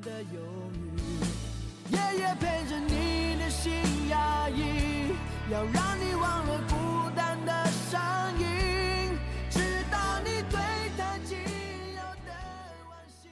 的忧郁，夜夜陪着你的心压抑，要让你忘了孤单的上瘾，直到你对它紧要的惋惜。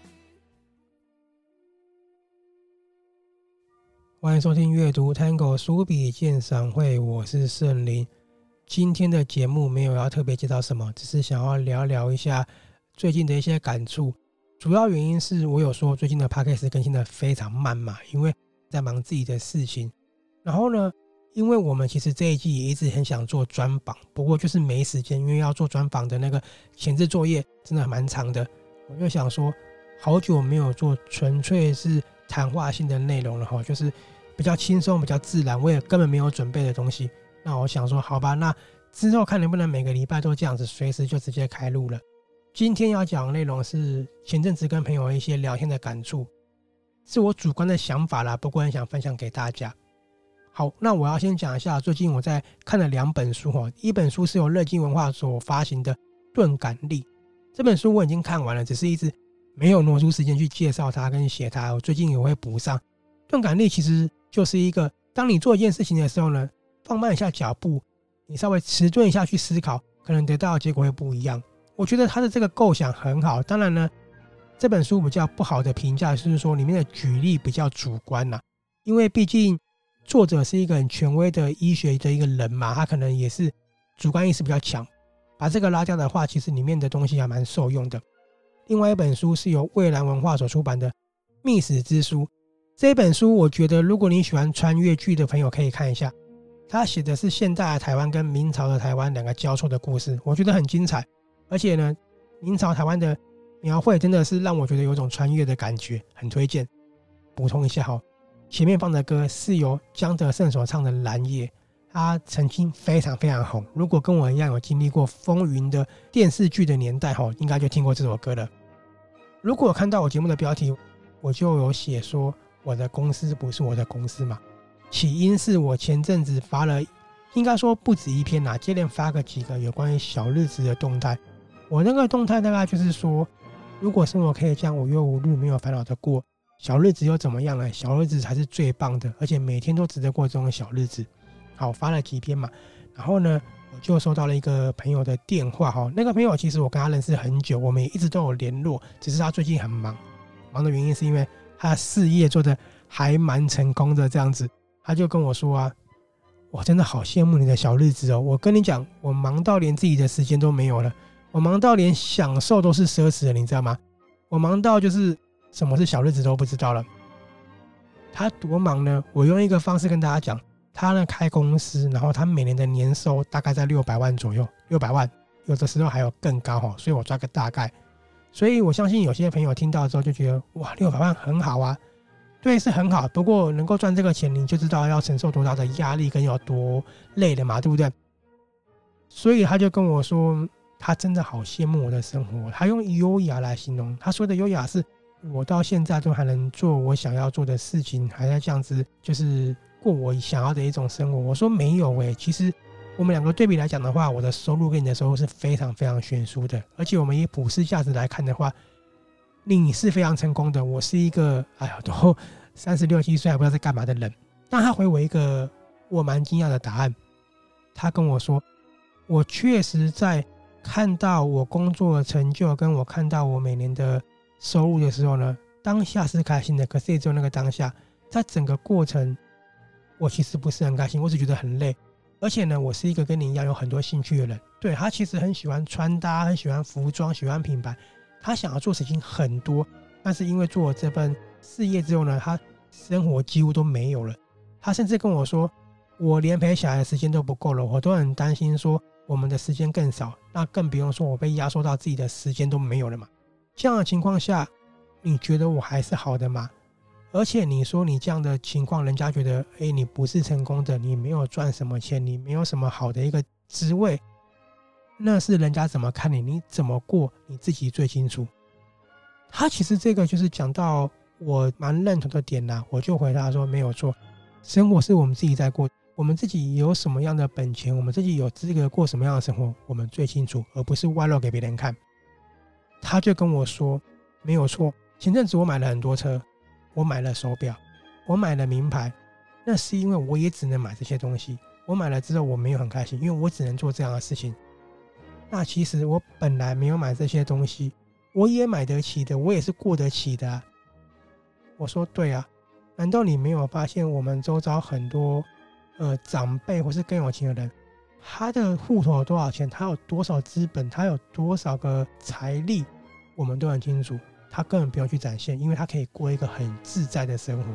欢迎收听阅读 Tango 书笔鉴赏会，我是圣林。今天的节目没有要特别介绍什么，只是想要聊聊一下最近的一些感触。主要原因是我有说最近的 Podcast 更新的非常慢嘛，因为在忙自己的事情。然后呢，因为我们其实这一季也一直很想做专访，不过就是没时间，因为要做专访的那个前置作业真的蛮长的。我就想说，好久没有做纯粹是谈话性的内容了，就是比较轻松比较自然，我也根本没有准备的东西。那我想说好吧，那之后看能不能每个礼拜都这样子，随时就直接开录了。今天要讲的内容是前阵子跟朋友一些聊天的感触，是我主观的想法啦，不过很想分享给大家。好，那我要先讲一下最近我在看了2本书，一本书是由乐金文化所发行的《钝感力》，这本书我已经看完了，只是一直没有挪出时间去介绍它跟写它，我最近也会补上。钝感力其实就是一个，当你做一件事情的时候呢，放慢一下脚步，你稍微迟钝一下去思考，可能得到的结果会不一样。我觉得他的这个构想很好，当然呢，这本书比较不好的评价就是说里面的举例比较主观啦，因为毕竟作者是一个很权威的医学的一个人嘛，他可能也是主观意识比较强，把这个拉掉的话，其实里面的东西还蛮受用的。另外一本书是由蔚蓝文化所出版的《秘史之书》，这本书我觉得如果你喜欢穿越剧的朋友可以看一下，他写的是现代的台湾跟明朝的台湾两个交错的故事，我觉得很精彩。而且呢，明朝台湾的描绘真的是让我觉得有种穿越的感觉，很推荐。补充一下前面放的歌是由江德胜所唱的《蓝夜》，他曾经非常非常红，如果跟我一样有经历过风云的电视剧的年代应该就听过这首歌了。如果看到我节目的标题，我就有写说我的公司不是我的公司嘛，起因是我前阵子发了，应该说不止一篇啦，接连发个几个有关于小日子的动态。我那个动态大概就是说，如果生活可以这样无忧无虑没有烦恼的过，小日子又怎么样呢？小日子才是最棒的，而且每天都值得过这种小日子。好，发了几篇嘛，然后呢，我就收到了一个朋友的电话那个朋友其实我跟他认识很久，我们也一直都有联络，只是他最近很忙的原因是因为他的事业做得还蛮成功的这样子。他就跟我说啊，我真的好羡慕你的小日子我跟你讲，我忙到连自己的时间都没有了，我忙到连享受都是奢侈的，你知道吗？我忙到就是什么是小日子都不知道了。他多忙呢？我用一个方式跟大家讲，他呢开公司，然后他每年的年收大概在600万左右，600万，有的时候还有更高所以我抓个大概。所以我相信有些朋友听到之后就觉得，哇，600万很好啊。对，是很好，不过能够赚这个钱，你就知道要承受多大的压力跟有多累了嘛，对不对？所以他就跟我说，他真的好羡慕我的生活，他用优雅来形容。他说的优雅是我到现在都还能做我想要做的事情，还在这样子就是过我想要的一种生活。我说没有其实我们两个对比来讲的话，我的收入跟你的收入是非常非常悬殊的，而且我们以普世价值来看的话，你是非常成功的，我是一个都36、7岁还不知道在干嘛的人。但他回我一个我蛮惊讶的答案，他跟我说，我确实在看到我工作的成就跟我看到我每年的收入的时候呢，当下是开心的，可是也只有那个当下，在整个过程我其实不是很开心，我只觉得很累。而且呢，我是一个跟你一样有很多兴趣的人，对，他其实很喜欢穿搭，很喜欢服装，喜欢品牌，他想要做事情很多，但是因为做了这份事业之后呢，他生活几乎都没有了。他甚至跟我说，我连陪小孩的时间都不够了，我都很担心说我们的时间更少，那更不用说我被压缩到自己的时间都没有了嘛。这样的情况下，你觉得我还是好的吗？而且你说你这样的情况，人家觉得你不是成功的，你没有赚什么钱，你没有什么好的一个职位，那是人家怎么看你，你怎么过你自己最清楚。他其实这个就是讲到我蛮认同的点啦，我就回答说没有错，生活是我们自己在过，我们自己有什么样的本钱，我们自己有资格过什么样的生活，我们最清楚，而不是外露给别人看。他就跟我说没有错，前阵子我买了很多车， 我买了手表，我买了名牌，那是因为我也只能买这些东西。我买了之后我没有很开心，因为我只能做这样的事情。那其实我本来没有买这些东西，我也买得起的，我也是过得起的啊。我说对啊，难道你没有发现我们周遭很多长辈或是更有钱的人，他的户头有多少钱，他有多少资本，他有多少个财力，我们都很清楚，他根本不用去展现，因为他可以过一个很自在的生活。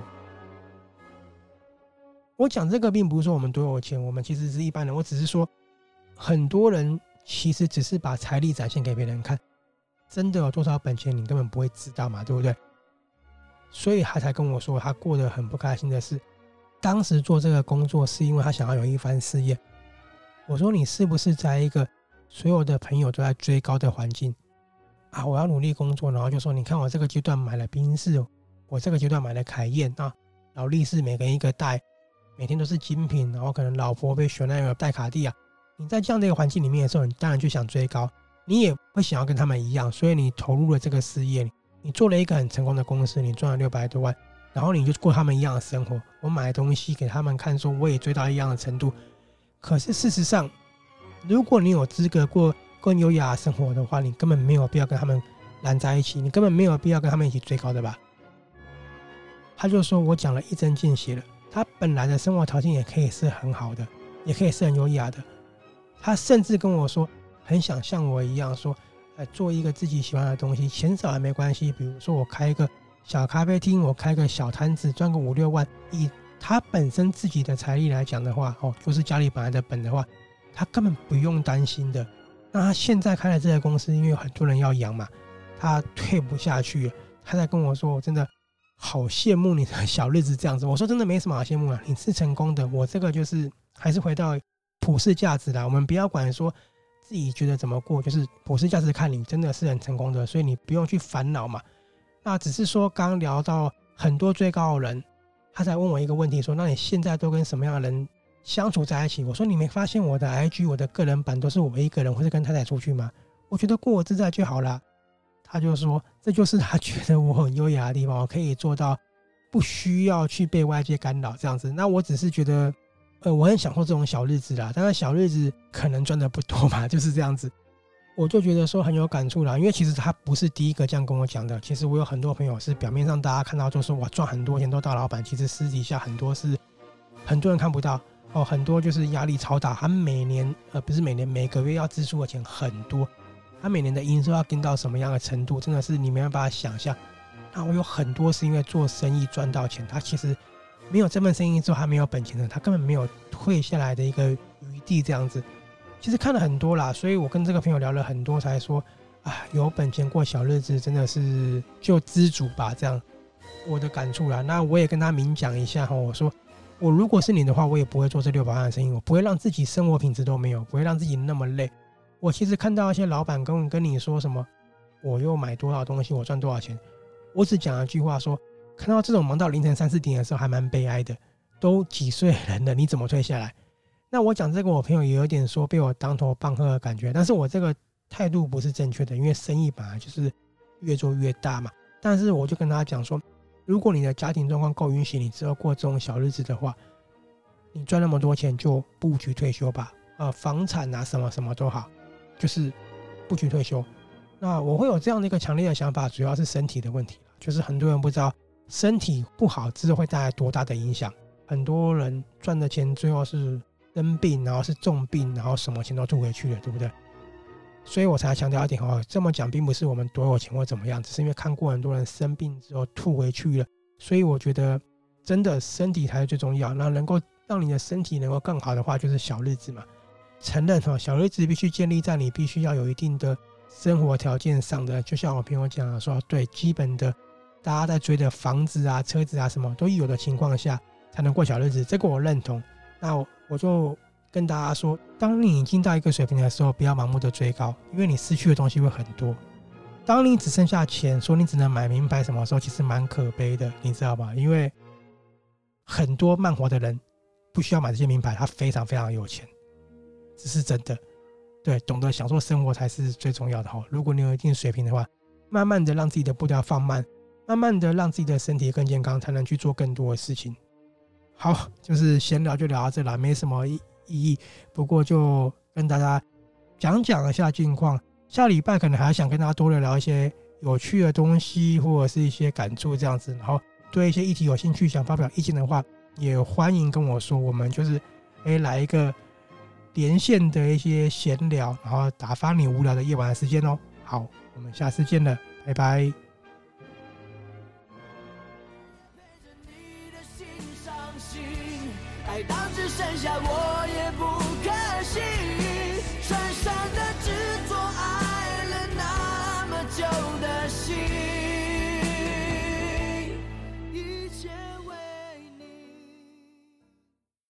我讲这个并不是说我们多有钱，我们其实是一般人，我只是说很多人其实只是把财力展现给别人看，真的有多少本钱你根本不会知道嘛，对不对？所以他才跟我说他过得很不开心的是，当时做这个工作是因为他想要有一番事业。我说你是不是在一个所有的朋友都在追高的环境啊？我要努力工作，然后就说你看我这个阶段买了宾士，我这个阶段买了凯宴啊，劳力士每个人一个戴，每天都是精品，然后可能老婆被选那个戴卡地亚。你在这样的一个环境里面的时候，你当然就想追高，你也会想要跟他们一样，所以你投入了这个事业，你做了一个很成功的公司，你赚了600多万，然后你就过他们一样的生活。我买东西给他们看，说我也追到一样的程度。可是事实上，如果你有资格过更优雅的生活的话，你根本没有必要跟他们揽在一起，你根本没有必要跟他们一起追高的吧。他就说我讲了一针见血了，他本来的生活条件也可以是很好的，也可以是很优雅的。他甚至跟我说很想像我一样说做一个自己喜欢的东西，钱少也没关系，比如说我开一个小咖啡厅，我开个小摊子，赚个5、6万。以他本身自己的财力来讲的话就是家里本来的本的话，他根本不用担心的。那他现在开了这个公司，因为有很多人要养嘛，他退不下去了。他在跟我说我真的好羡慕你的小日子这样子。我说真的没什么好羡慕啊，你是成功的，我这个就是还是回到普世价值啦。我们不要管说自己觉得怎么过，就是普世价值看你真的是很成功的，所以你不用去烦恼嘛。那只是说刚刚聊到很多追高的人，他才问我一个问题说，那你现在都跟什么样的人相处在一起？我说你没发现我的 IG 我的个人版都是我一个人或是跟太太出去吗？我觉得过我自在就好啦。他就说这就是他觉得我很优雅的地方，我可以做到不需要去被外界干扰这样子。那我只是觉得我很享受这种小日子啦，当然小日子可能赚的不多嘛，就是这样子。我就觉得说很有感触啦，因为其实他不是第一个这样跟我讲的。其实我有很多朋友是表面上大家看到就说哇赚很多钱都大老板，其实私底下很多是很多人看不到很多就是压力超大。他每年不是每年，每个月要支出的钱很多，他每年的营收要跟到什么样的程度，真的是你没办法想象。那我有很多是因为做生意赚到钱，他其实没有这份生意之后他没有本钱的，他根本没有退下来的一个余地这样子。其实看了很多啦，所以我跟这个朋友聊了很多才说有本钱过小日子真的是就知足吧，这样我的感触啦。那我也跟他明讲一下我说我如果是你的话，我也不会做这600万的生意，我不会让自己生活品质都没有，不会让自己那么累。我其实看到一些老板跟你说什么我又买多少东西，我赚多少钱，我只讲一句话说，看到这种忙到凌晨3、4点的时候还蛮悲哀的，都几岁人了，你怎么退下来？那我讲这个我朋友也有点说被我当头棒喝的感觉，但是我这个态度不是正确的，因为生意本来就是越做越大嘛。但是我就跟他讲说，如果你的家庭状况够允许你之后过这种小日子的话，你赚那么多钱就布局退休吧，房产什么什么都好，就是布局退休。那我会有这样的一个强烈的想法，主要是身体的问题，就是很多人不知道身体不好之后会带来多大的影响。很多人赚的钱最后是生病，然后是重病，然后什么钱都吐回去了，对不对？所以我才强调一点这么讲并不是我们多有钱或怎么样，只是因为看过很多人生病之后吐回去了。所以我觉得真的身体才是最重要，那能够让你的身体能够更好的话就是小日子嘛。承认小日子必须建立在你必须要有一定的生活条件上的，就像我朋友讲的说，对，基本的大家在追的房子车子什么都有的情况下才能过小日子，这个我认同。那我就跟大家说，当你已经到一个水平的时候，不要盲目的追高，因为你失去的东西会很多。当你只剩下钱，说你只能买名牌什么时候，其实蛮可悲的，你知道吧？因为很多慢活的人不需要买这些名牌，他非常非常有钱，这是真的。对，懂得享受生活才是最重要的。如果你有一定水平的话，慢慢的让自己的步调放慢， 慢慢的让自己的身体更健康，才能去做更多的事情。好，就是闲聊就聊到这啦，没什么意义，不过就跟大家讲一下近况。下礼拜可能还想跟大家多聊一些有趣的东西，或者是一些感触这样子。然后对一些议题有兴趣想发表意见的话，也欢迎跟我说，我们就是来一个连线的一些闲聊，然后打发你无聊的夜晚的时间哦。好，我们下次见了，拜拜。 爱到只剩下我也不